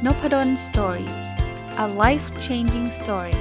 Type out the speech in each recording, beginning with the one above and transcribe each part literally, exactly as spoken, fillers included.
Nopadon Story. A life-changing story.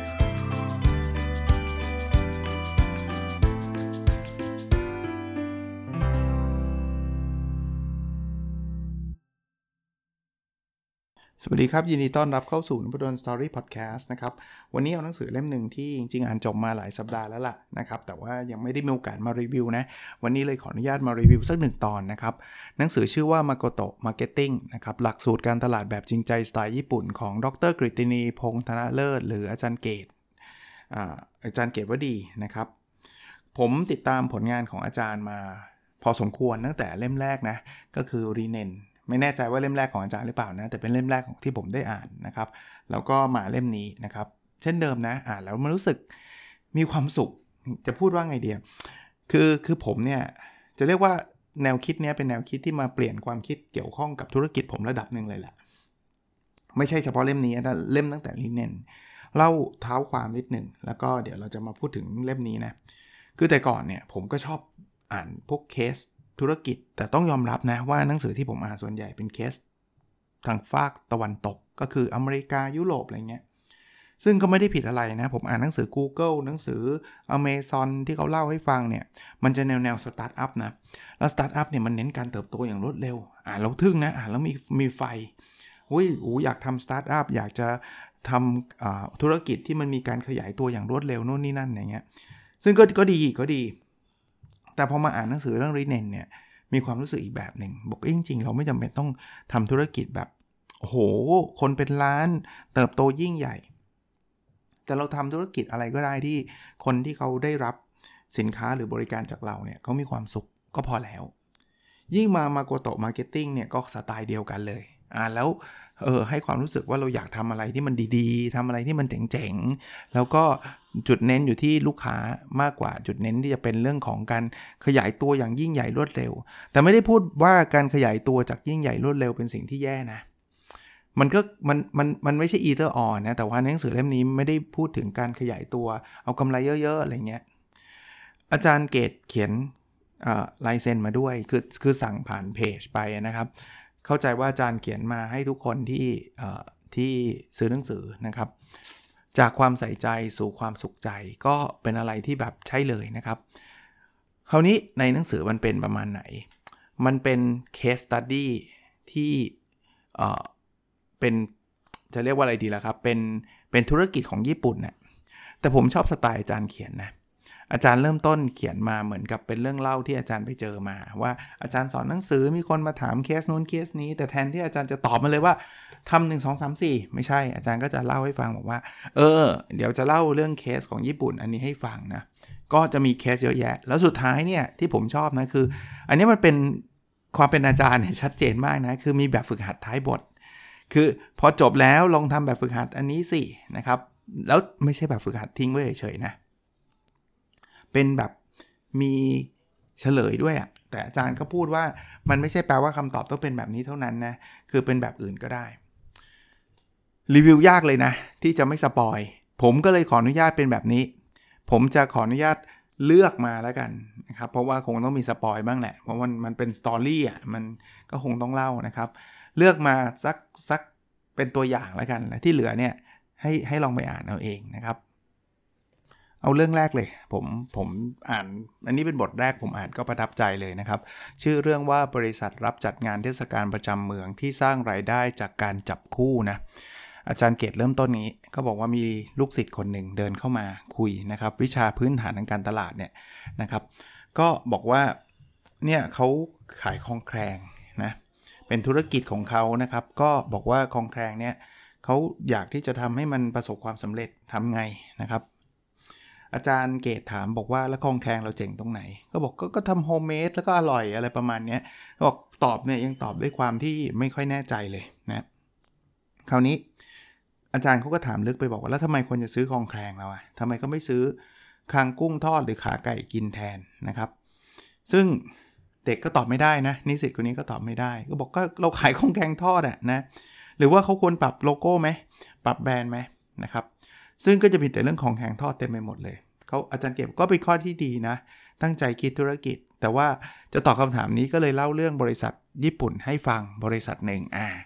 สวัสดีครับยินดีต้อนรับเข้าสู่นพดล Story Podcast นะครับวันนี้เอาหนังสือเล่มหนึ่งที่จริงๆอ่านจบมาหลายสัปดาห์แล้วล่ะนะครับแต่ว่ายังไม่ได้มีโอกาสมารีวิวนะวันนี้เลยขออนุญาตมารีวิวสักหนึ่งตอนนะครับหนังสือชื่อว่า Makoto Marketing นะครับหลักสูตรการตลาดแบบจริงใจสไตล์ญี่ปุ่นของดร.กฤตินีพงษ์ธนเลิศหรืออาจารย์เกตอ่าอาจารย์เกตวดีนะครับผมติดตามผลงานของอาจารย์มาพอสมควรตั้งแต่เล่มแรกนะก็คือรีเนนไม่แน่ใจว่าเล่มแรกของอาจารย์หรือเปล่านะแต่เป็นเล่มแรกของที่ผมได้อ่านนะครับแล้วก็มาเล่มนี้นะครับเช่นเดิมนะอ่านแล้วมันรู้สึกมีความสุขจะพูดว่าไงดีคือคือผมเนี่ยจะเรียกว่าแนวคิดเนี้ยเป็นแนวคิดที่มาเปลี่ยนความคิดเกี่ยวข้องกับธุรกิจผมระดับนึงเลยแหละไม่ใช่เฉพาะเล่มนี้นะเล่มตั้งแต่ลิเนนเล่าเท้าความนิดนึงแล้วก็เดี๋ยวเราจะมาพูดถึงเล่มนี้นะคือแต่ก่อนเนี่ยผมก็ชอบอ่านพวกเคสธุรกิจแต่ต้องยอมรับนะว่าหนังสือที่ผมอ่านส่วนใหญ่เป็นเคสทางฝากตะวันตกก็คืออเมริกายุโรปอะไรเงี้ยซึ่งก็ไม่ได้ผิดอะไรนะผมอ่านหนังสือ Google หนังสือ Amazon ที่เขาเล่าให้ฟังเนี่ยมันจะแนวแนวสตาร์ทอัพนะแล้วสตาร์ทอัพเนี่ยมันเน้นการเติบโตอย่างรวดเร็วอ่านแล้วทึ่งนะอ่านแล้วมีมีไฟอุ้ยอูอยากทำสตาร์ทอัพอยากจะทำธุรกิจที่มันมีการขยายตัวอย่างรวดเร็วโน่นนี่นั่นอย่างเงี้ยซึ่งก็ก็ดีก็ดีแต่พอมาอ่านหนังสือเรื่อง Renin เนี่ยมีความรู้สึกอีกแบบหนึ่งบอกจริงๆเราไม่จำเป็นต้องทำธุรกิจแบบโอ้โหคนเป็นล้านเติบโตยิ่งใหญ่แต่เราทำธุรกิจอะไรก็ได้ที่คนที่เขาได้รับสินค้าหรือบริการจากเราเนี่ยเขามีความสุขก็พอแล้วยิ่งมา Makoto Marketing เนี่ยก็สไตล์เดียวกันเลยอ่านแล้วเออให้ความรู้สึกว่าเราอยากทำอะไรที่มันดีๆทำอะไรที่มันเจ๋งๆแล้วก็จุดเน้นอยู่ที่ลูกค้ามากกว่าจุดเน้นที่จะเป็นเรื่องของการขยายตัวอย่างยิ่งใหญ่รวดเร็วแต่ไม่ได้พูดว่าการขยายตัวจากยิ่งใหญ่รวดเร็วเป็นสิ่งที่แย่นะมันก็มันมันมันไม่ใช่ either or นะแต่ว่าหนังสือเล่มนี้ไม่ได้พูดถึงการขยายตัวเอากำไรเยอะๆอะไรเงี้ยอาจารย์เกตเขียนลายเซ็นมาด้วยคือคือสั่งผ่านเพจไปนะครับเข้าใจว่าอาจารย์เขียนมาให้ทุกคนที่ที่ซื้อหนังสือนะครับจากความใส่ใจสู่ความสุขใจก็เป็นอะไรที่แบบใช่เลยนะครับคราวนี้ในหนังสือมันเป็นประมาณไหนมันเป็น case study ที่เอ่อเป็นจะเรียกว่าอะไรดีล่ะครับเป็นเป็นธุรกิจของญี่ปุ่นนะแต่ผมชอบสไตล์อาจารย์เขียนนะอาจารย์เริ่มต้นเขียนมาเหมือนกับเป็นเรื่องเล่าที่อาจารย์ไปเจอมาว่าอาจารย์สอนหนังสือมีคนมาถามเคสนู้นเคสนี้แต่แทนที่อาจารย์จะตอบมาเลยว่าทำหนึ่ง สอง สาม สี่ไม่ใช่อาจารย์ก็จะเล่าให้ฟังบอกว่าเออเดี๋ยวจะเล่าเรื่องเคสของญี่ปุ่นอันนี้ให้ฟังนะก็จะมีเคสเยอะแยะแล้วสุดท้ายเนี่ยที่ผมชอบนะคืออันนี้มันเป็นความเป็นอาจารย์เนี่ยชัดเจนมากนะคือมีแบบฝึกหัดท้ายบทคือพอจบแล้วลองทำแบบฝึกหัดอันนี้สินะครับแล้วไม่ใช่แบบฝึกหัดทิ้งไว้เฉยๆนะเป็นแบบมีเฉลยด้วยอ่ะแต่อาจารย์ก็พูดว่ามันไม่ใช่แปลว่าคำตอบต้องเป็นแบบนี้เท่านั้นนะคือเป็นแบบอื่นก็ได้รีวิวยากเลยนะที่จะไม่สปอยผมก็เลยขออนุญาตเป็นแบบนี้ผมจะขออนุญาตเลือกมาแล้วกันนะครับเพราะว่าคงต้องมีสปอยบ้างแหละเพราะมันมันเป็นสตอรี่อ่ะมันก็คงต้องเล่านะครับเลือกมาสักสักเป็นตัวอย่างแล้วกันและที่เหลือเนี่ยให้ให้ลองไปอ่านเอาเองนะครับเอาเรื่องแรกเลยผมผมอ่านอันนี้เป็นบทแรกผมอ่านก็ประทับใจเลยนะครับชื่อเรื่องว่าบริษัทรับจัดงานเทศกาลประจำเมืองที่สร้างรายได้จากการจับคู่นะอาจารย์เกตเริ่มต้นนี้ก็บอกว่ามีลูกศิษย์คนหนึ่งเดินเข้ามาคุยนะครับวิชาพื้นฐานทางการตลาดเนี่ยนะครับก็บอกว่าเนี่ยเขาขายคลองแคลงนะเป็นธุรกิจของเขานะครับก็บอกว่าคลองแคลงเนี่ยเขาอยากที่จะทำให้มันประสบความสำเร็จทำไงนะครับอาจารย์เกตถามบอกว่าแล้วคลองแคลงเราเจ๋งตรงไหนก็บอกก็ก็ทำโฮมเมดแล้วก็อร่อยอะไรประมาณนี้ก็บอกตอบเนี่ยยังตอบด้วยความที่ไม่ค่อยแน่ใจเลยนะคราวนี้อาจารย์เขาก็ถามลึกไปบอกว่าแล้วทำไมคนจะซื้อคลองแคลงเราอะทำไมก็ไม่ซื้อคางกุ้งทอดหรือขาไก่กินแทนนะครับซึ่งเด็กก็ตอบไม่ได้นะนิสิตคนนี้ก็ตอบไม่ได้ก็บอกก็เราขายคลองแคลงทอดอะนะหรือว่าเขาควรปรับโลโก้ไหมปรับแบรนด์ไหมนะครับซึ่งก็จะมีแต่เรื่องของแข็งทอดเต็มไปหมดเลยเขาอาจารย์เก็บก็เป็นข้อที่ดีนะตั้งใจคิดธุรกิจแต่ว่าจะตอบคำถามนี้ก็เลยเล่าเรื่องบริษัทญี่ปุ่นให้ฟังบริษัทหนึ่งอ่า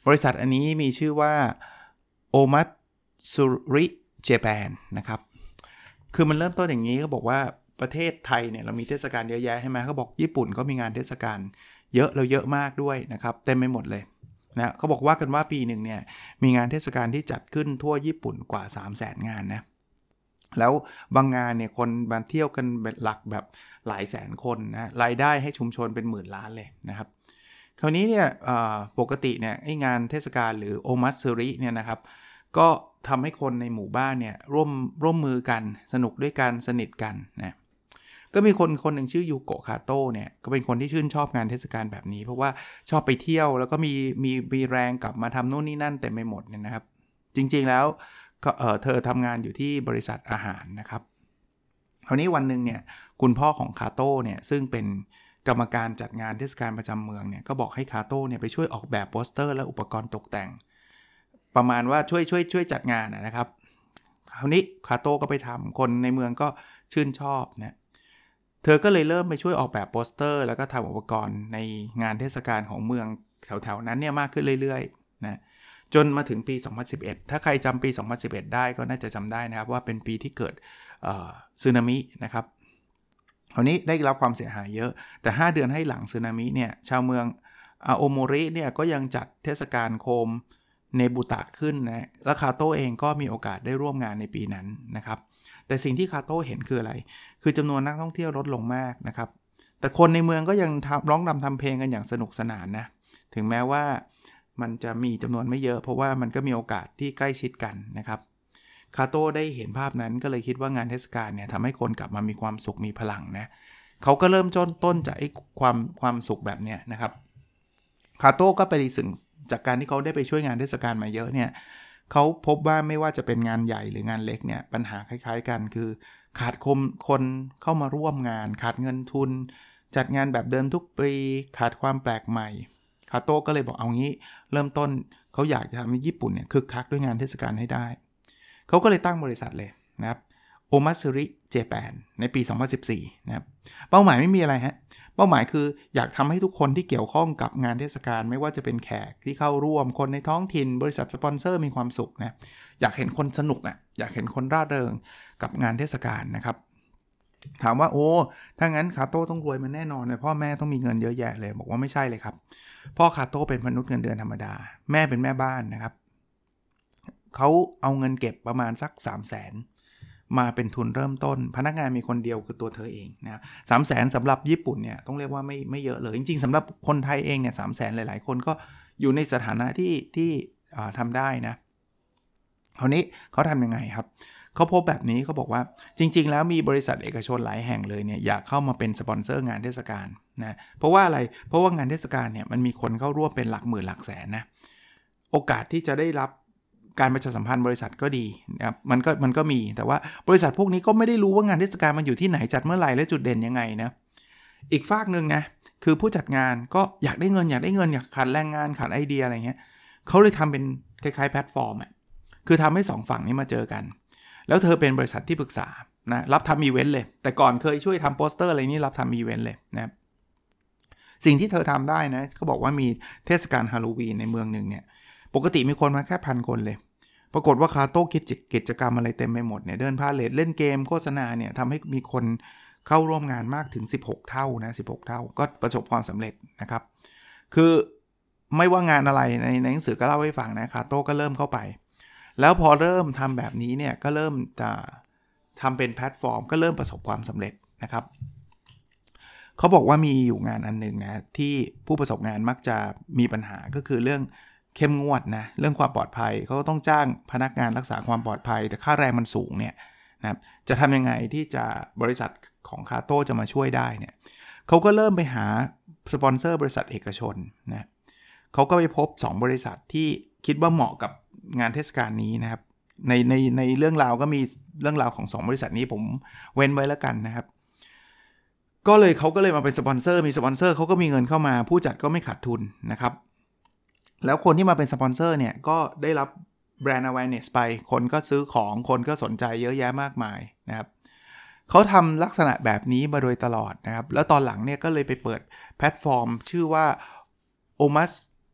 บริษัทอันนี้มีชื่อว่าโอมัตสุริเจแปนนะครับคือมันเริ่มต้นอย่างนี้เขาบอกว่าประเทศไทยเนี่ยเรามีเทศกาลเยอะแยะใช่ไหมเขาบอกญี่ปุ่นก็มีงานเทศกาลเยอะเราเยอะมากด้วยนะครับเต็มไปหมดเลยนะเขาบอกว่ากันว่าปีหนึ่งเนี่ยมีงานเทศกาลที่จัดขึ้นทั่วญี่ปุ่นกว่า สามแสน งานนะแล้วบางงานเนี่ยคนมาเที่ยวกันเป็นหลักแบบหลายแสนคนนะรายได้ให้ชุมชนเป็นหมื่นล้านเลยนะครับคราวนี้เนี่ยปกติเนี่ยไอ้งานเทศกาลหรือโอมัตสึริเนี่ยนะครับก็ทำให้คนในหมู่บ้านเนี่ยร่วมร่วมมือกันสนุกด้วยกันสนิทกันนะก็มีคนคนหนึ่งชื่อยูโกะคาโต้เนี่ยก็เป็นคนที่ชื่นชอบงานเทศกาลแบบนี้เพราะว่าชอบไปเที่ยวแล้วก็มีมีมีแรงกลับมาทำโน่นนี่นั่นเต็มไปหมดเนี่ยนะครับจริงๆแล้วเ, เธอทำงานอยู่ที่บริษัทอาหารนะครับคราวนี้วันหนึ่งเนี่ยคุณพ่อของคาโต้เนี่ยซึ่งเป็นกรรมการจัดงานเทศกาลประจำเมืองเนี่ยก็บอกให้คาโต้เนี่ยไปช่วยออกแบบโปสเตอร์และอุปกรณ์ตกแต่งประมาณว่าช่วยช่วยช่วยจัดงานนะครับคราวนี้คาโต้ก็ไปทำคนในเมืองก็ชื่นชอบนะเธอก็เลยเริ่มไปช่วยออกแบบโปสเตอร์แล้วก็ทำอุปกรณ์ในงานเทศกาลของเมืองแถวๆนั้นเนี่ยมากขึ้นเรื่อยๆนะจนมาถึงปีสองพันสิบเอ็ดถ้าใครจำปีสองพันสิบเอ็ดได้ก็น่าจะจำได้นะครับว่าเป็นปีที่เกิดสึนามินะครับคราวนี้ได้รับความเสียหายเยอะแต่ห้าเดือนให้หลังสึนามิเนี่ยชาวเมืองอาโอโมริเนี่ยก็ยังจัดเทศกาลโคมเนบุตะขึ้นนะและคาโต้เองก็มีโอกาสได้ร่วมงานในปีนั้นนะครับแต่สิ่งที่คาโต้เห็นคืออะไรคือจำนวนนักท่องเที่ยวลดลงมากนะครับแต่คนในเมืองก็ยังร้องรำทำเพลงกันอย่างสนุกสนานนะถึงแม้ว่ามันจะมีจำนวนไม่เยอะเพราะว่ามันก็มีโอกาสที่ใกล้ชิดกันนะครับคาโต้ได้เห็นภาพนั้นก็เลยคิดว่างานเทศกาลเนี่ยทำให้คนกลับมามีความสุขมีพลังนะเขาก็เริ่มต้นต้นจากไอ้ความความสุขแบบเนี้ยนะครับคาโต้ก็ไปสึ่งจากการที่เขาได้ไปช่วยงานเทศกาลมาเยอะเนี่ยเขาพบว่าไม่ว่าจะเป็นงานใหญ่หรืองานเล็กเนี่ยปัญหาคล้ายๆกันคือขาดคมคนเข้ามาร่วมงานขาดเงินทุนจัดงานแบบเดิมทุกปีขาดความแปลกใหม่คาโต้ก็เลยบอกเอางี้เริ่มต้นเขาอยากจะทำให้ญี่ปุ่นเนี่ยคึกคักด้วยงานเทศกาลให้ได้เขาก็เลยตั้งบริษัทเลยนะครับโอมัตสึริเจแปนในปีสองพันสิบสี่นะครับเป้าหมายไม่มีอะไรฮะเป้าหมายคืออยากทำให้ทุกคนที่เกี่ยวข้องกับงานเทศกาลไม่ว่าจะเป็นแขกที่เข้าร่วมคนในท้องถิ่นบริษัทสปอนเซอร์มีความสุขนะอยากเห็นคนสนุกอ่ะอยากเห็นคนร่าเริงกับงานเทศกาลนะครับถามว่าโอ้ถ้างั้นคาโต้ต้องรวยมันแน่นอนเลยพ่อแม่ต้องมีเงินเยอะแยะเลยบอกว่าไม่ใช่เลยครับพ่อคาโต้เป็นมนุษย์เงินเดือนธรรมดาแม่เป็นแม่บ้านนะครับเขาเอาเงินเก็บประมาณสัก สามแสน มาเป็นทุนเริ่มต้นพนักงานมีคนเดียวคือตัวเธอเองนะสามแสนสำหรับญี่ปุ่นเนี่ยต้องเรียกว่าไม่ไม่เยอะเลยจริงๆสำหรับคนไทยเองเนี่ยสามแสนหลายๆคนก็อยู่ในสถานะที่ที่ทำได้นะคราวนี้เขาทำยังไงครับเขาพบแบบนี้เขาบอกว่าจริงๆแล้วมีบริษัทเอกชนหลายแห่งเลยเนี่ยอยากเข้ามาเป็นสปอนเซอร์งานเทศกาลนะเพราะว่าอะไรเพราะว่างานเทศกาลเนี่ยมันมีคนเข้าร่วมเป็นหลักหมื่นหลักแสนนะโอกาสที่จะได้รับการประชาสัมพันธ์บริษัทก็ดีนะครับมันก็มันก็มีแต่ว่าบริษัทพวกนี้ก็ไม่ได้รู้ว่างานเทศกาลมันอยู่ที่ไหนจัดเมื่อไหร่และจุดเด่นยังไงนะอีกฝากนึงนะคือผู้จัดงานก็อยากได้เงินอยากได้เงินอยากขาดแรงงานขาดไอเดียอะไรเงี้ยเขาเลยทำเป็นคล้ายๆแพลตฟอร์มอ่ะคือทำให้สองฝั่งนี้มาเจอกันแล้วเธอเป็นบริษัทที่ปรึกษานะรับทำอีเวนต์เลยแต่ก่อนเคยช่วยทำโปสเตอร์อะไรนี่รับทำอีเวนต์เลยนะสิ่งที่เธอทำได้นะเขาบอกว่ามีเทศกาลฮาโลวีนในเมืองนึงเนี่ยปกติมีคนมาแค่พันคนเลยปรากฏว่าคาโต้คิดกิจกรรมอะไรเต็มไปหมดเนี่ยเดินพาเหรดเล่นเกมโฆษณาเนี่ยทำให้มีคนเข้าร่วมงานมากถึงสิบหกเท่านะสิบหกเท่าก็ประสบความสำเร็จนะครับคือไม่ว่างานอะไรในในหนังสือก็เล่าให้ฟังนะคาโต้ก็เริ่มเข้าไปแล้วพอเริ่มทำแบบนี้เนี่ยก็เริ่มจะทำเป็นแพลตฟอร์มก็เริ่มประสบความสำเร็จนะครับเขาบอกว่ามีอยู่งานอันนึงนะที่ผู้ประสบงานมักจะมีปัญหาก็คือเรื่องเข้มงวดนะเรื่องความปลอดภัยเขาก็ต้องจ้างพนักงานรักษาความปลอดภัยแต่ค่าแรงมันสูงเนี่ยนะครับจะทำยังไงที่จะบริษัทของคาโต้จะมาช่วยได้เนี่ยเขาก็เริ่มไปหาสปอนเซอร์บริษัทเอกชนนะเขาก็ไปพบสองบริษัทที่คิดว่าเหมาะกับงานเทศกาลนี้นะครับในในในเรื่องราวก็มีเรื่องราวของสองบริษัทนี้ผมเว้นไว้แล้วกันนะครับก็เลยเขาก็เลยมาเป็นสปอนเซอร์มีสปอนเซอร์เขาก็มีเงินเข้ามาผู้จัดก็ไม่ขาดทุนนะครับแล้วคนที่มาเป็นสปอนเซอร์เนี่ยก็ได้รับแบรนด์ awareness ไปคนก็ซื้อของคนก็สนใจเยอะแยะมากมายนะครับเขาทำลักษณะแบบนี้มาโดยตลอดนะครับแล้วตอนหลังเนี่ยก็เลยไปเปิดแพลตฟอร์มชื่อว่า Omas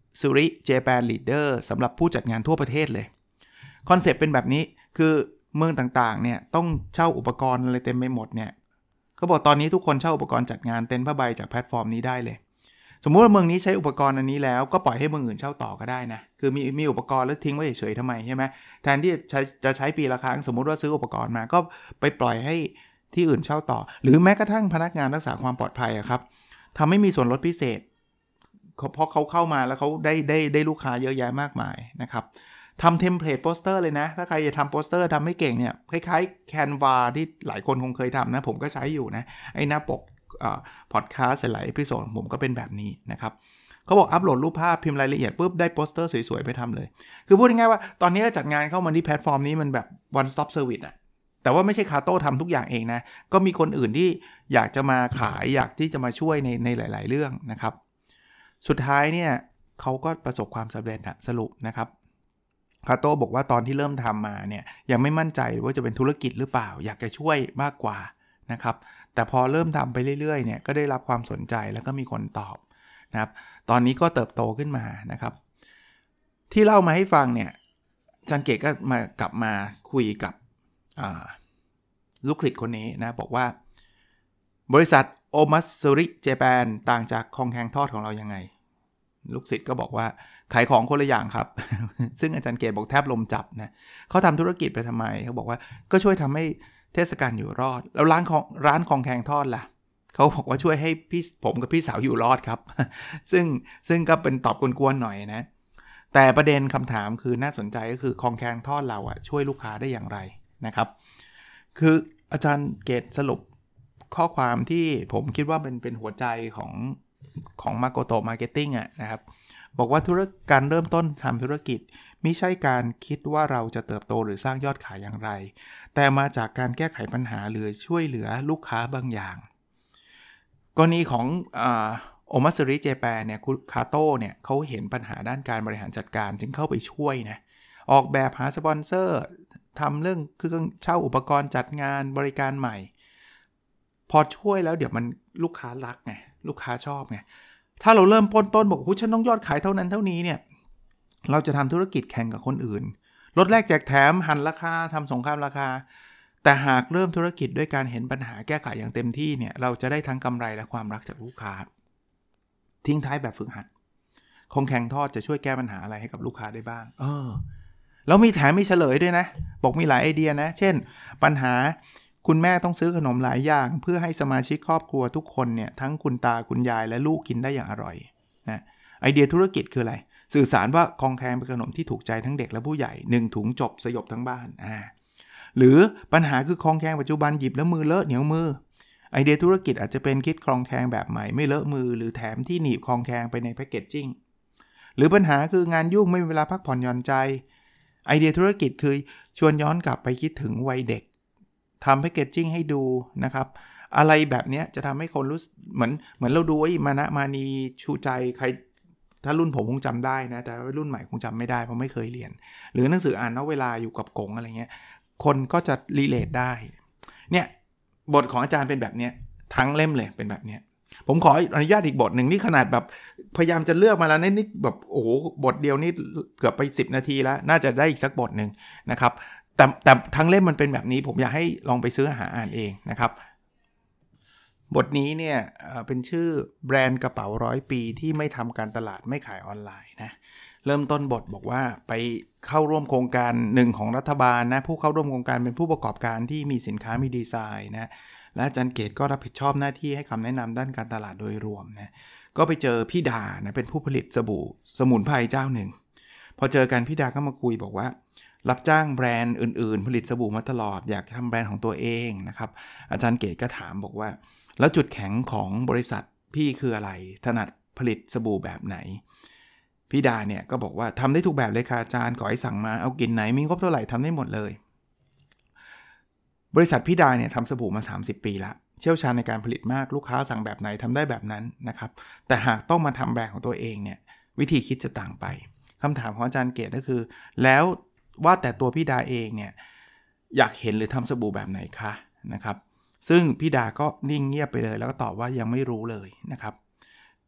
Suri Japan Leader สำหรับผู้จัดงานทั่วประเทศเลยคอนเซ็ปต์เป็นแบบนี้คือเมืองต่างๆเนี่ยต้องเช่าอุปกรณ์อะไรเต็มไปหมดเนี่ยเขาบอกตอนนี้ทุกคนเช่าอุปกรณ์จัดงานเต็นท์ผ้าใบจากแพลตฟอร์มนี้ได้เลยสมมุติว่าเมืองนี้ใช้อุปกรณ์อันนี้แล้วก็ปล่อยให้เมืองอื่นเช่าต่อก็ได้นะคือมีมีอุปกรณ์แล้วทิ้งไว้เฉยๆทำไมใช่ไหมแทนที่จะจะใช้ปีละครั้งสมมุติว่าซื้ออุปกรณ์มาก็ไปปล่อยให้ที่อื่นเช่าต่อหรือแม้กระทั่งพนักงานรักษาความปลอดภัยครับทำให้มีส่วนลดพิเศษเพราะเขาเข้ามาแล้วเขาได้ได้ได้ลูกค้าเยอะแยะมากมายนะครับทำเทมเพลตโปสเตอร์เลยนะถ้าใครจะทำโปสเตอร์ทำไม่เก่งเนี่ยคล้ายๆ Canva ที่หลายคนคงเคยทำนะผมก็ใช้อยู่นะไอ้หน้าปกอ่าพอดคาสต์หลายเอพิโซดของผมก็เป็นแบบนี้นะครับเขาบอกอัปโหลดรูปภาพพิมพ์รายละเอียดปุ๊บได้โปสเตอร์สวยๆไปทำเลยคือพูดง่ายๆว่าตอนนี้จัดงานเข้ามาที่แพลตฟอร์มนี้มันแบบ one stop service อะแต่ว่าไม่ใช่คาโต้ทำทุกอย่างเองนะก็มีคนอื่นที่อยากจะมาขายอยากที่จะมาช่วยในในหลายๆเรื่องนะครับสุดท้ายเนี่ยเขาก็ประสบความสำเร็จอะสรุปนะครับคาโต้บอกว่าตอนที่เริ่มทำมาเนี่ยยังไม่มั่นใจว่าจะเป็นธุรกิจหรือเปล่าอยากจะช่วยมากกว่านะครับแต่พอเริ่มทำไปเรื่อยๆเนี่ยก็ได้รับความสนใจแล้วก็มีคนตอบนะครับตอนนี้ก็เติบโตขึ้นมานะครับที่เล่ามาให้ฟังเนี่ยจันเกตก็มากลับมาคุยกับลูกศิษย์คนนี้นะบอกว่าบริษัทโอมัตสึริเจแปนต่างจากคองแคงทอดของเรายังไงลูกศิษย์ก็บอกว่าขายของคนละอย่างครับ ซึ่งอาจารย์เกตบอกแทบลมจับนะเขาทำธุรกิจไปทำไมเขาบอกว่าก็ช่วยทำให้เทศกาลอยู่รอดแล้วร้านของร้านคองแคงทอดล่ะเขาบอกว่าช่วยให้พี่ผมกับพี่สาวอยู่รอดครับ ซึ่งซึ่งก็เป็นตอบกวนๆหน่อยนะแต่ประเด็นคำถามคือน่าสนใจก็คือคองแคงทอดเราอะช่วยลูกค้าได้อย่างไรนะครับคืออาจารย์เกตสรุปข้อความที่ผมคิดว่าเป็นเป็นหัวใจของของ Makoto Marketing อ่ะนะครับบอกว่าธุรการเริ่มต้นทำธุรกิจไม่ใช่การคิดว่าเราจะเติบโตหรือสร้างยอดขายอย่างไรแต่มาจากการแก้ไขปัญหาหรือช่วยเหลือลูกค้าบางอย่างกรณีของโอมัตสึริเจแปนเนี่ยคุณคาโต้เนี่ยเขาเห็นปัญหาด้านการบริหารจัดการจึงเข้าไปช่วยนะออกแบบหาสปอนเซอร์ทำเรื่องเครื่องเช่าอุปกรณ์จัดงานบริการใหม่พอช่วยแล้วเดี๋ยวมันลูกค้ารักไงลูกค้าชอบไงถ้าเราเริ่มต้นต้นบอกโอ้ฉันต้องยอดขายเท่านั้นเท่านี้เนี่ยเราจะทำธุรกิจแข่งกับคนอื่นลดแลกแจกแถมหันราคาทำสงครามราคาแต่หากเริ่มธุรกิจด้วยการเห็นปัญหาแก้ไขอย่างเต็มที่เนี่ยเราจะได้ทั้งกำไรและความรักจากลูกค้าทิ้งท้ายแบบฝึกหัดคงแข่งทอดจะช่วยแก้ปัญหาอะไรให้กับลูกค้าได้บ้างเออแล้วมีแถมมีเฉลยด้วยนะบอกมีหลายไอเดียนะเช่นปัญหาคุณแม่ต้องซื้อขนมหลายอย่างเพื่อให้สมาชิกครอบครัวทุกคนเนี่ยทั้งคุณตาคุณยายและลูกกินได้อย่างอร่อยนะไอเดียธุรกิจคืออะไรสื่อสารว่าคองแคงเป็นขนมที่ถูกใจทั้งเด็กและผู้ใหญ่หนึ่งถุงจบสยบทั้งบ้านอ่าหรือปัญหาคือคองแคงปัจจุบันหยิบแล้วมือเลอะเหนียวมือไอเดียธุรกิจอาจจะเป็นคิดคองแคงแบบใหม่ไม่เลอะมือหรือแถมที่หนีบคองแคงไปในแพคเกจจิ้งหรือปัญหาคืองานยุ่งไม่มีเวลาพักผ่อนหย่อนใจไอเดียธุรกิจคือชวนย้อนกลับไปคิดถึงวัยเด็กทำแพคเกจจิ้งให้ดูนะครับอะไรแบบนี้จะทำให้คนรู้เหมือนเหมือนเราดูไอ้มานะมานีชูใจใครถ้ารุ่นผมคงจำได้นะแต่รุ่นใหม่คงจำไม่ได้เพราะไม่เคยเรียนหรือหนังสืออ่านนอกเวลาอยู่กับกงอะไรเงี้ยคนก็จะรีเลทได้เนี่ยบทของอาจารย์เป็นแบบนี้ทั้งเล่มเลยเป็นแบบนี้ผมขออนุญาตอีกบทหนึ่งนี่ขนาดแบบพยายามจะเลือกมาแล้วนี่แบบโอ้โหบทเดียวนี่เกือบไปสิบนาทีแล้วน่าจะได้อีกสักบทนึงนะครับแต่แต่ทั้งเล่มมันเป็นแบบนี้ผมอยากให้ลองไปซื้อหาอ่านเองนะครับบทนี้เนี่ยเป็นชื่อแบรนด์กระเป๋าร้อยปีที่ไม่ทำการตลาดไม่ขายออนไลน์นะเริ่มต้นบทบอกว่าไปเข้าร่วมโครงการหนึ่งของรัฐบาลนะผู้เข้าร่วมโครงการเป็นผู้ประกอบการที่มีสินค้ามีดีไซน์นะและอาจารย์เกตก็รับผิดชอบหน้าที่ให้คำแนะนำด้านการตลาดโดยรวมนะก็ไปเจอพี่ดานะเป็นผู้ผลิตสบู่สมุนไพรเจ้าหนึ่งพอเจอกันพี่ดาก็มาคุยบอกว่ารับจ้างแบรนด์อื่นๆผลิตสบู่มาตลอดอยากทำแบรนด์ของตัวเองนะครับอาจารย์เกตก็ถามบอกว่าแล้วจุดแข็งของบริษัทพี่คืออะไรถนัดผลิตสบู่แบบไหนพี่ดาเนี่ยก็บอกว่าทำได้ทุกแบบเลยค่ะอาจารย์ขอให้สั่งมาเอากลิ่นไหนมีงบเท่าไหร่ทำได้หมดเลยบริษัทพี่ดาเนี่ยทำสบู่มาสามสิบปีแล้วเชี่ยวชาญในการผลิตมากลูกค้าสั่งแบบไหนทำได้แบบนั้นนะครับแต่หากต้องมาทำแบรนด์ของตัวเองเนี่ยวิธีคิดจะต่างไปคำถามของอาจารย์เกตก็คือแล้วว่าแต่ตัวพี่ดาเองเนี่ยอยากเห็นหรือทำสบู่แบบไหนคะนะครับซึ่งพี่ดาก็นิ่งเงียบไปเลยแล้วก็ตอบว่ายังไม่รู้เลยนะครับ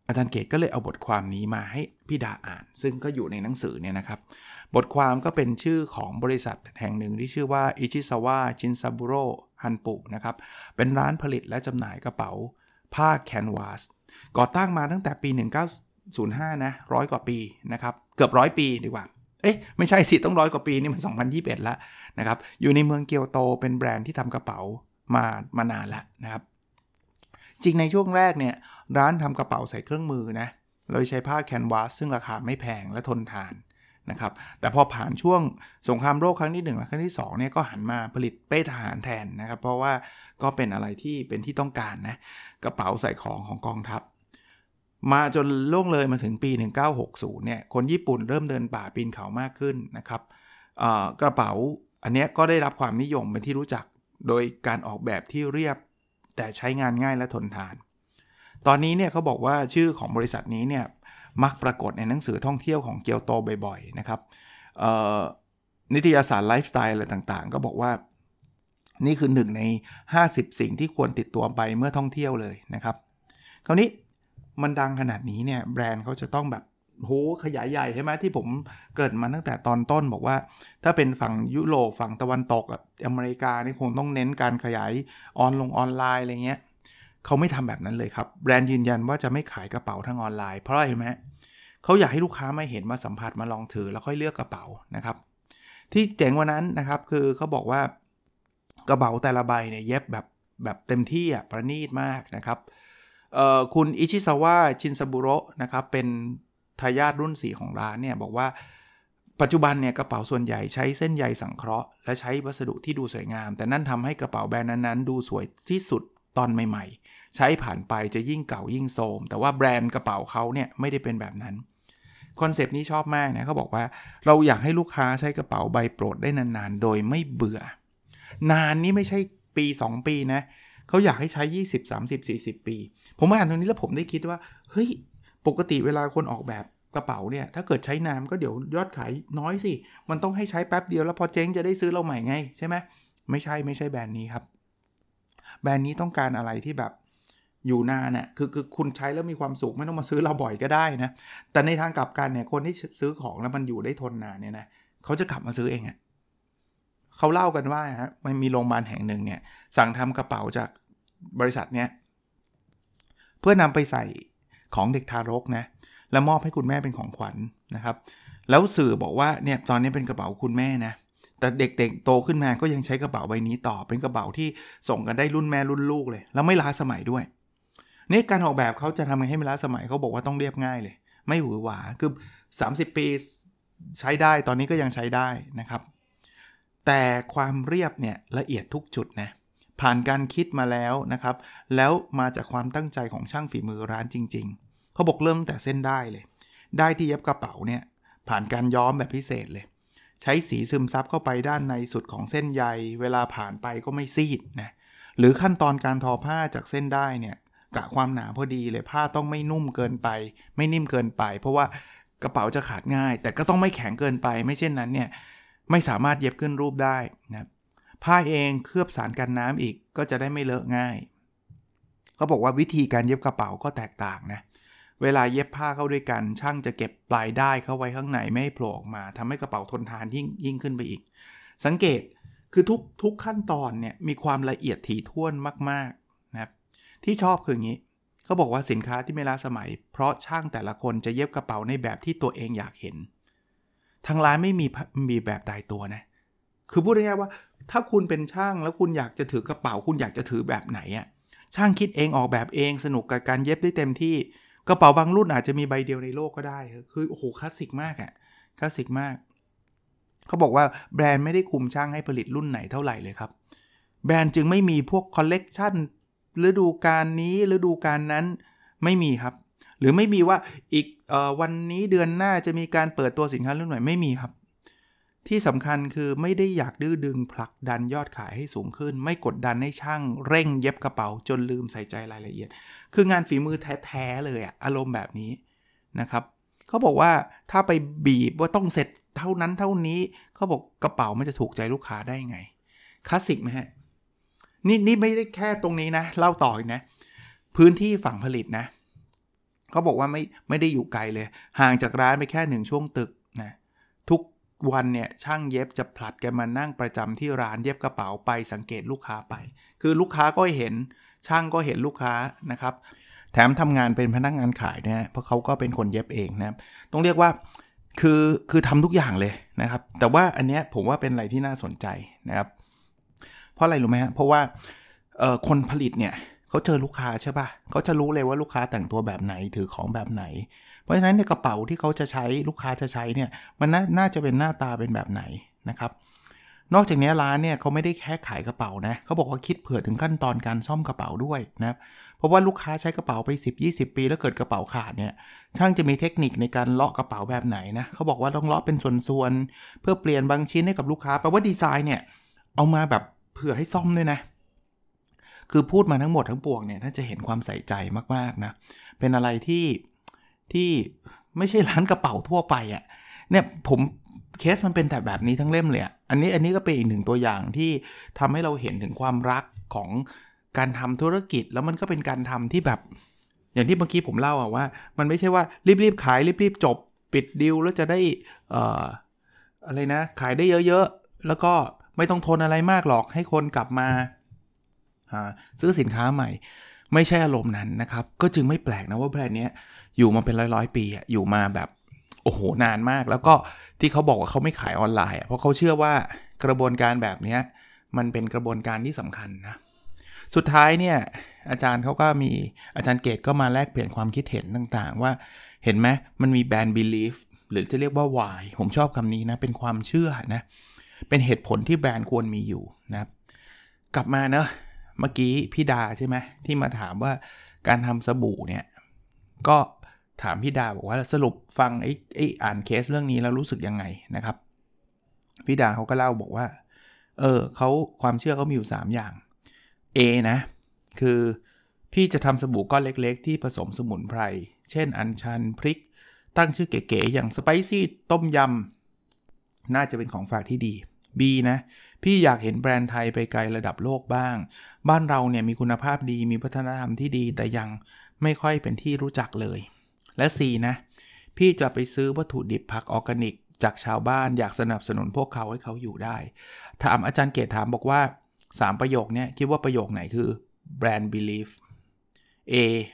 อาจารย์เกตก็เลยเอาบทความนี้มาให้พี่ดาอ่านซึ่งก็อยู่ในหนังสือเนี่ยนะครับบทความก็เป็นชื่อของบริษัทแห่งหนึ่งที่ชื่อว่าอิชิซาวะชินซาบุโร่ฮันปุนะครับเป็นร้านผลิตและจำหน่ายกระเป๋าผ้าแคนวาสก่อตั้งมาตั้งแต่ปีหนึ่งเก้าศูนย์ห้านะร้อยกว่าปีนะครับเกือบร้อยปีดีกว่าเอ๊ะไม่ใช่สิต้องร้อยกว่าปีนี่มันสองพันยี่สิบเอ็ดแล้วนะครับอยู่ในเมืองเกียวโตเป็นแบรนด์ที่ทำกระเป๋ามามานานแล้วนะครับจริงในช่วงแรกเนี่ยร้านทำกระเป๋าใส่เครื่องมือนะโดยใช้ผ้าแคนวาสซึ่งราคาไม่แพงและทนทานนะครับแต่พอผ่านช่วงสงครามโลกครั้งที่หนึ่งและครั้งที่สองเนี่ยก็หันมาผลิตเป้ทหารแทนนะครับเพราะว่าก็เป็นอะไรที่เป็นที่ต้องการนะกระเป๋าใส่ของของกองทัพมาจนล่วงเลยมาถึงปีหนึ่งเก้าหกศูนย์เนี่ยคนญี่ปุ่นเริ่มเดินป่าปีนเขามากขึ้นนะครับกระเป๋าอันนี้ก็ได้รับความนิยมเป็นที่รู้จักโดยการออกแบบที่เรียบแต่ใช้งานง่ายและทนทานตอนนี้เนี่ยเขาบอกว่าชื่อของบริษัทนี้เนี่ยมักปรากฏในหนังสือท่องเที่ยวของเกียวโตบ่อยๆนะครับนิตยสารไลฟ์สไตล์อะไรต่างๆก็บอกว่านี่คือหนึ่งในห้าสิบสิ่งที่ควรติดตัวไปเมื่อท่องเที่ยวเลยนะครับคราวนี้มันดังขนาดนี้เนี่ยแบรนด์เขาจะต้องแบบโหขยายใหญ่ใช่ไหมที่ผมเกริ่นมาตั้งแต่ตอนต้นบอกว่าถ้าเป็นฝั่งยุโรปฝั่งตะวันตกอเมริกานี่คงต้องเน้นการขยายออนลงออนไลน์อะไรเงี้ยเขาไม่ทำแบบนั้นเลยครับแบรนด์ยืนยันว่าจะไม่ขายกระเป๋าทางออนไลน์เพราะอะไรไหมเขาอยากให้ลูกค้ามาเห็นมาสัมผัสมาลองถือแล้วค่อยเลือกกระเป๋านะครับที่เจ๋งกว่านั้นนะครับคือเขาบอกว่ากระเป๋าแต่ละใบเนี่ยเย็บแบบแบบเต็มที่อ่ะประณีตมากนะครับเอ่อคุณอิชิซาวะชินซาบุโระนะครับเป็นทายาทรุ่นสี่ของร้านเนี่ยบอกว่าปัจจุบันเนี่ยกระเป๋าส่วนใหญ่ใช้เส้นใยสังเคราะห์และใช้วัสดุที่ดูสวยงามแต่นั่นทำให้กระเป๋าแบรนด์นั้นๆดูสวยที่สุดตอนใหม่ๆใช้ผ่านไปจะยิ่งเก่ายิ่งโทรมแต่ว่าแบรนด์กระเป๋าเขาเนี่ยไม่ได้เป็นแบบนั้นคอนเซปต์นี้ชอบมากนะเขาบอกว่าเราอยากให้ลูกค้าใช้กระเป๋าใบโปรดได้นานๆโดยไม่เบื่อนานนี้ไม่ใช่ปีสองปีนะเขาอยากให้ใช้ยี่สิบ สามสิบ สี่สิบปีผมอ่านตรงนี้แล้วผมได้คิดว่าเฮ้ยปกติเวลาคนออกแบบกระเป๋าเนี่ยถ้าเกิดใช้นานก็เดี๋ยวยอดขายน้อยสิมันต้องให้ใช้แป๊บเดียวแล้วพอเจ๊งจะได้ซื้อเราใหม่ไงใช่ไหมไม่ใช่ไม่ใช่แบรนด์นี้ครับแบรนด์นี้ต้องการอะไรที่แบบอยู่นานน่ะคือคือคุณใช้แล้วมีความสุขไม่ต้องมาซื้อเราบ่อยก็ได้นะแต่ในทางกลับกันเนี่ยคนที่ซื้อของแล้วมันอยู่ได้ทนนานเนี่ยนะเขาจะกลับมาซื้อเองอ่ะเขาเล่ากันว่าฮะมันมีโรงพยาบาลแห่งหนึ่งเนี่ยสั่งทำกระเป๋าจากบริษัทเนี้ยเพื่อนำไปใส่ของเด็กทารกนะแล้วมอบให้คุณแม่เป็นของขวัญ นะครับแล้วสื่อบอกว่าเนี่ยตอนนี้เป็นกระเป๋าคุณแม่นะแต่เด็กๆโตขึ้นมาก็ยังใช้กระเป๋าใบนี้ต่อเป็นกระเป๋าที่ส่งกันได้รุ่นแม่รุ่นลูกเลยแล้วไม่ล้าสมัยด้วยนี่การออกแบบเขาจะทำไงให้ไม่ล้าสมัยเขาบอกว่าต้องเรียบง่ายเลยไม่หวือหวาคือสามสิบปีใช้ได้ตอนนี้ก็ยังใช้ได้นะครับแต่ความเรียบเนี่ยละเอียดทุกจุดนะผ่านการคิดมาแล้วนะครับแล้วมาจากความตั้งใจของช่างฝีมือร้านจริงๆเขาบอกเริ่มแต่เส้นได้เลยได้ที่เย็บกระเป๋าเนี่ยผ่านการย้อมแบบพิเศษเลยใช้สีซึมซับเข้าไปด้านในสุดของเส้นใยเวลาผ่านไปก็ไม่ซีดนะหรือขั้นตอนการทอผ้าจากเส้นได้เนี่ยกะความหนาพอดีเลยผ้าต้องไม่นุ่มเกินไปไม่นิ่มเกินไปเพราะว่ากระเป๋าจะขาดง่ายแต่ก็ต้องไม่แข็งเกินไปไม่เช่นนั้นเนี่ยไม่สามารถเย็บขึ้นรูปได้นะผ้าเองเคลือบสารกันน้ำอีกก็จะได้ไม่เลอะง่ายเขาบอกว่าวิธีการเย็บกระเป๋าก็แตกต่างนะเวลาเย็บผ้าเข้าด้วยกันช่างจะเก็บปลายด้ายเข้าไว้ข้างในไม่ให้โผล่ออกมาทำให้กระเป๋าทนทานยิ่งยิ่งขึ้นไปอีกสังเกตคือทุกทุกขั้นตอนเนี่ยมีความละเอียดถี่ถ้วนมากๆนะครับที่ชอบคืออย่างนี้เขาบอกว่าสินค้าที่ไม่ล้าสมัยเพราะช่างแต่ละคนจะเย็บกระเป๋าในแบบที่ตัวเองอยากเห็นทางร้านไม่มีมีแบบตายตัวนะคือพูดง่ายๆว่าถ้าคุณเป็นช่างแล้วคุณอยากจะถือกระเป๋าคุณอยากจะถือแบบไหนอ่ะช่างคิดเองออกแบบเองสนุกกับการเย็บได้เต็มที่กระเป๋าบางรุ่นอาจจะมีใบเดียวในโลกก็ได้คือโอ้โหคลาสสิกมากอ่ะคลาสสิกมากเขาบอกว่าแบรนด์ไม่ได้คุมช่างให้ผลิตรุ่นไหนเท่าไหร่เลยครับแบรนด์จึงไม่มีพวกคอลเลกชันฤดูกาลนี้ฤดูกาลนั้นไม่มีครับหรือไม่มีว่าอีกเอ่อวันนี้เดือนหน้าจะมีการเปิดตัวสินค้ารุ่นใหม่ไม่มีครับที่สำคัญคือไม่ได้อยากดื้อดึงผลักดันยอดขายให้สูงขึ้นไม่กดดันให้ช่างเร่งเย็บกระเป๋าจนลืมใส่ใจรายละเอียดคืองานฝีมือแท้ๆเลยอะอารมณ์แบบนี้นะครับเขาบอกว่าถ้าไปบีบว่าต้องเสร็จเท่านั้นเท่านี้เขาบอกกระเป๋ามันจะถูกใจลูกค้าได้ไงคลาสสิกไหมฮะนี่นี่ไม่ได้แค่ตรงนี้นะเล่าต่ออีกนะพื้นที่ฝั่งผลิตนะเขาบอกว่าไม่ไม่ได้อยู่ไกลเลยห่างจากร้านไปแค่หนึ่งช่วงตึกนะทุกวันเนี่ยช่างเย็บจะผลัดกันมานั่งประจำที่ร้านเย็บกระเป๋าไปสังเกตลูกค้าไปคือลูกค้าก็เห็นช่างก็เห็นลูกค้านะครับแถมทำงานเป็นพนักงานขายเนี่ยเพราะเขาก็เป็นคนเย็บเองนะครับต้องเรียกว่าคือคือทำทุกอย่างเลยนะครับแต่ว่าอันเนี้ยผมว่าเป็นอะไรที่น่าสนใจนะครับเพราะอะไรรู้ไหมฮะเพราะว่าเอ่อคนผลิตเนี่ยเขาเจอลูกค้าใช่ป่ะเขาจะรู้เลยว่าลูกค้าแต่งตัวแบบไหนถือของแบบไหนเพราะฉะนั้นในกระเป๋าที่เขาจะใช้ลูกค้าจะใช้เนี่ยมันน่าน่าจะเป็นหน้าตาเป็นแบบไหนนะครับนอกจากนี้ร้านเนี่ยเขาไม่ได้แค่ขายกระเป๋านะเขาบอกว่าคิดเผื่อถึงขั้นตอนการซ่อมกระเป๋าด้วยนะครับเพราะว่าลูกค้าใช้กระเป๋าไป สิบถึงยี่สิบ ปีแล้วเกิดกระเป๋าขาดเนี่ยช่างจะมีเทคนิคในการเลาะกระเป๋าแบบไหนนะเขาบอกว่าต้องเลาะเป็นส่วนๆเพื่อเปลี่ยนบางชิ้นให้กับลูกค้าแปลว่าดีไซน์เนี่ยเอามาแบบเผื่อให้ซ่อมด้วยนะคือพูดมาทั้งหมดทั้งปวงเนี่ยน่าจะเห็นความใส่ใจมากๆนะเป็นอะไรที่ที่ไม่ใช่ร้านกระเป๋าทั่วไปอ่ะเนี่ยผมเคสมันเป็นแต่แบบนี้ทั้งเล่มเลยอ่ะอันนี้อันนี้ก็เป็นอีกหนึ่งตัวอย่างที่ทำให้เราเห็นถึงความรักของการทำธุรกิจแล้วมันก็เป็นการทำที่แบบอย่างที่เมื่อกี้ผมเล่าอ่ะว่ามันไม่ใช่ว่ารีบๆขายรีบๆจบปิดดีลแล้วจะได้เอ่ออะไรนะขายได้เยอะๆแล้วก็ไม่ต้องทนอะไรมากหรอกให้คนกลับมาซื้อสินค้าใหม่ไม่ใช่อารมณ์นั้นนะครับก็จึงไม่แปลกนะว่าแบรนด์นี้อยู่มาเป็นร้อยๆปีอ่ะอยู่มาแบบโอ้โหนานมากแล้วก็ที่เขาบอกว่าเขาไม่ขายออนไลน์เพราะเขาเชื่อว่ากระบวนการแบบนี้มันเป็นกระบวนการที่สำคัญนะสุดท้ายเนี่ยอาจารย์เขาก็มีอาจารย์เกตก็มาแลกเปลี่ยนความคิดเห็นต่างๆว่าเห็นไหมมันมีแบรนด์ belief หรือจะเรียกว่า why ผมชอบคำนี้นะเป็นความเชื่อนะเป็นเหตุผลที่แบรนด์ควรมีอยู่นะครับกลับมาเนอะเมื่อกี้พี่ดาใช่ไหมที่มาถามว่าการทำสบู่เนี่ยก็ถามพี่ดาบอกว่าสรุปฟังไอ้ไอ้อ่านเคสเรื่องนี้แล้วรู้สึกยังไงนะครับพี่ดาเขาก็เล่าบอกว่าเออเขาความเชื่อเขามีอยู่สามอย่าง A นะคือพี่จะทำสบู่ก้อนเล็กๆที่ผสมสมุนไพรเช่นอัญชันพริกตั้งชื่อเก๋ๆอย่างสไปซี่ต้มยำน่าจะเป็นของฝากที่ดี B นะพี่อยากเห็นแบรนด์ไทยไปไกลระดับโลกบ้างบ้านเราเนี่ยมีคุณภาพดีมีวัฒนธรรมที่ดีแต่ยังไม่ค่อยเป็นที่รู้จักเลยและ C นะพี่จะไปซื้อวัตถุดิบผักออร์แกนิกจากชาวบ้านอยากสนับสนุนพวกเขาให้เขาอยู่ได้ถามอาจารย์เกตถามบอกว่าสามประโยคนี้คิดว่าประโยคไหนคือ brand belief A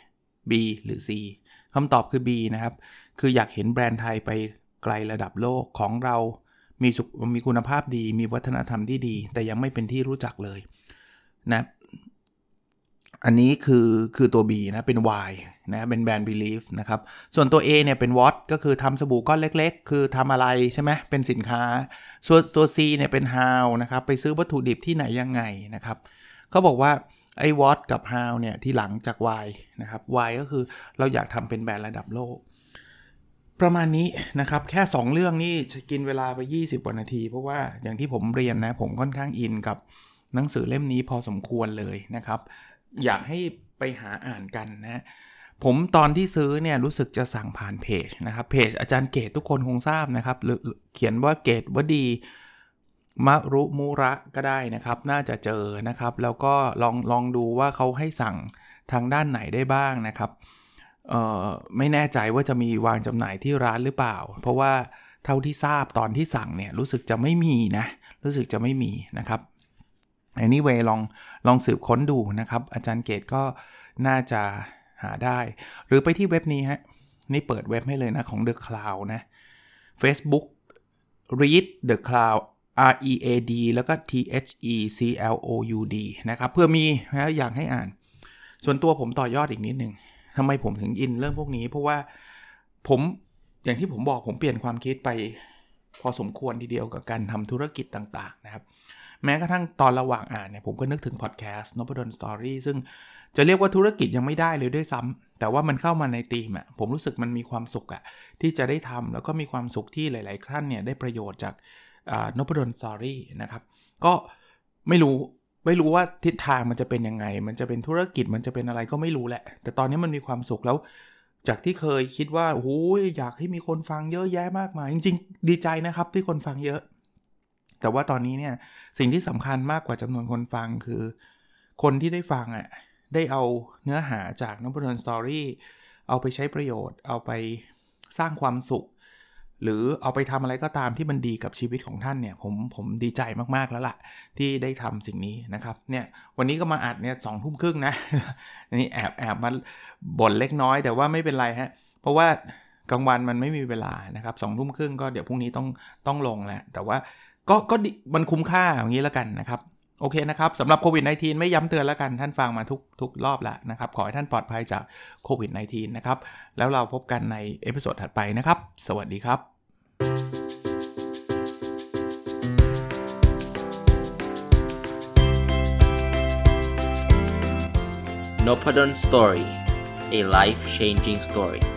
B หรือ C คำตอบคือ B นะครับคืออยากเห็นแบรนด์ไทยไปไกลระดับโลกของเรามีสุขมีคุณภาพดีมีวัฒนธรรมที่ดีแต่ยังไม่เป็นที่รู้จักเลยนะอันนี้คือคือตัว B นะเป็น Y นะเป็น brand belief นะครับส่วนตัว A เนี่ยเป็น what ก็คือทำสบู่ก้อนเล็กๆคือทำอะไรใช่ไหมเป็นสินค้าส่วนตัว C เนี่ยเป็น how นะครับไปซื้อวัตถุดิบที่ไหนยังไงนะครับเขาบอกว่าไอ้ what กับ how เนี่ยที่หลังจาก Y นะครับ Y ก็คือเราอยากทำเป็นแบรนด์ระดับโลกประมาณนี้นะครับแค่สองเรื่องนี่จะกินเวลาไปยี่สิบกว่านาทีเพราะว่าอย่างที่ผมเรียนนะผมค่อนข้างอินกับหนังสือเล่มนี้พอสมควรเลยนะครับอยากให้ไปหาอ่านกันนะผมตอนที่ซื้อเนี่ยรู้สึกจะสั่งผ่านเพจนะครับเพจอาจารย์เกตทุกคนคงทราบนะครับหรือเขียนว่าเกตวดีมรุมุระก็ได้นะครับน่าจะเจอนะครับแล้วก็ลองลองดูว่าเขาให้สั่งทางด้านไหนได้บ้างนะครับเอ่อไม่แน่ใจว่าจะมีวางจำหน่ายที่ร้านหรือเปล่าเพราะว่าเท่าที่ทราบตอนที่สั่งเนี่ยรู้สึกจะไม่มีนะรู้สึกจะไม่มีนะครับanyway ลองลองสืบค้นดูนะครับอาจารย์เกตก็น่าจะหาได้หรือไปที่เว็บนี้ฮะนี่เปิดเว็บให้เลยนะของ The Cloud นะ Facebook read the cloud R E A D แล้วก็ T H E C L O U D นะครับเพื่อมีนะอยากให้อ่านส่วนตัวผมต่อยอดอีกนิดนึงทำไมผมถึงอินเรื่องพวกนี้เพราะว่าผมอย่างที่ผมบอกผมเปลี่ยนความคิดไปพอสมควรทีเดียวกับการทำธุรกิจต่างๆนะครับแม้กระทั่งตอนระหว่างอ่านเนี่ยผมก็นึกถึงพอดแคสต์ Nopadon Story ซึ่งจะเรียกว่าธุรกิจยังไม่ได้เลยด้วยซ้ำแต่ว่ามันเข้ามาในธีมอ่ะผมรู้สึกมันมีความสุขอ่ะที่จะได้ทำแล้วก็มีความสุขที่หลายๆท่านเนี่ยได้ประโยชน์จากอ่า Nopadon Story นะครับก็ไม่รู้ไม่รู้ว่าทิศทางมันจะเป็นยังไงมันจะเป็นธุรกิจมันจะเป็นอะไรก็ไม่รู้แหละแต่ตอนนี้มันมีความสุขแล้วจากที่เคยคิดว่าโอ้โหอยากให้มีคนฟังเยอะแยะมากมายจริงๆดีใจนะครับที่คนฟังเยอะแต่ว่าตอนนี้เนี่ยสิ่งที่สำคัญมากกว่าจำนวนคนฟังคือคนที่ได้ฟังอ่ะได้เอาเนื้อหาจาก Nopadon Story เอาไปใช้ประโยชน์เอาไปสร้างความสุขหรือเอาไปทำอะไรก็ตามที่มันดีกับชีวิตของท่านเนี่ยผมผมดีใจมากๆแล้วล่ะที่ได้ทำสิ่งนี้นะครับเนี่ยวันนี้ก็มาอัดเนี่ยสองทุ่มครึ่งนะ นี่แอบแอบมาบ่นเล็กน้อยแต่ว่าไม่เป็นไรฮะเพราะว่ากลางวันมันไม่มีเวลานะครับสองทุ่มครึ่งก็เดี๋ยวพรุ่งนี้ต้องต้องลงแล้วแต่ว่าก็ก็มันคุ้มค่าอย่างนี้แล้วกันนะครับโอเคนะครับสำหรับโควิด สิบเก้า ไม่ย้ำเตือนแล้วกันท่านฟังมาทุกทุกรอบแล้วนะครับขอให้ท่านปลอดภัยจากโควิด สิบเก้า นะครับแล้วเราพบกันในเอพิโซดถัดไปนะครับสวัสดีครับ Nopadon Story, a life-changing story.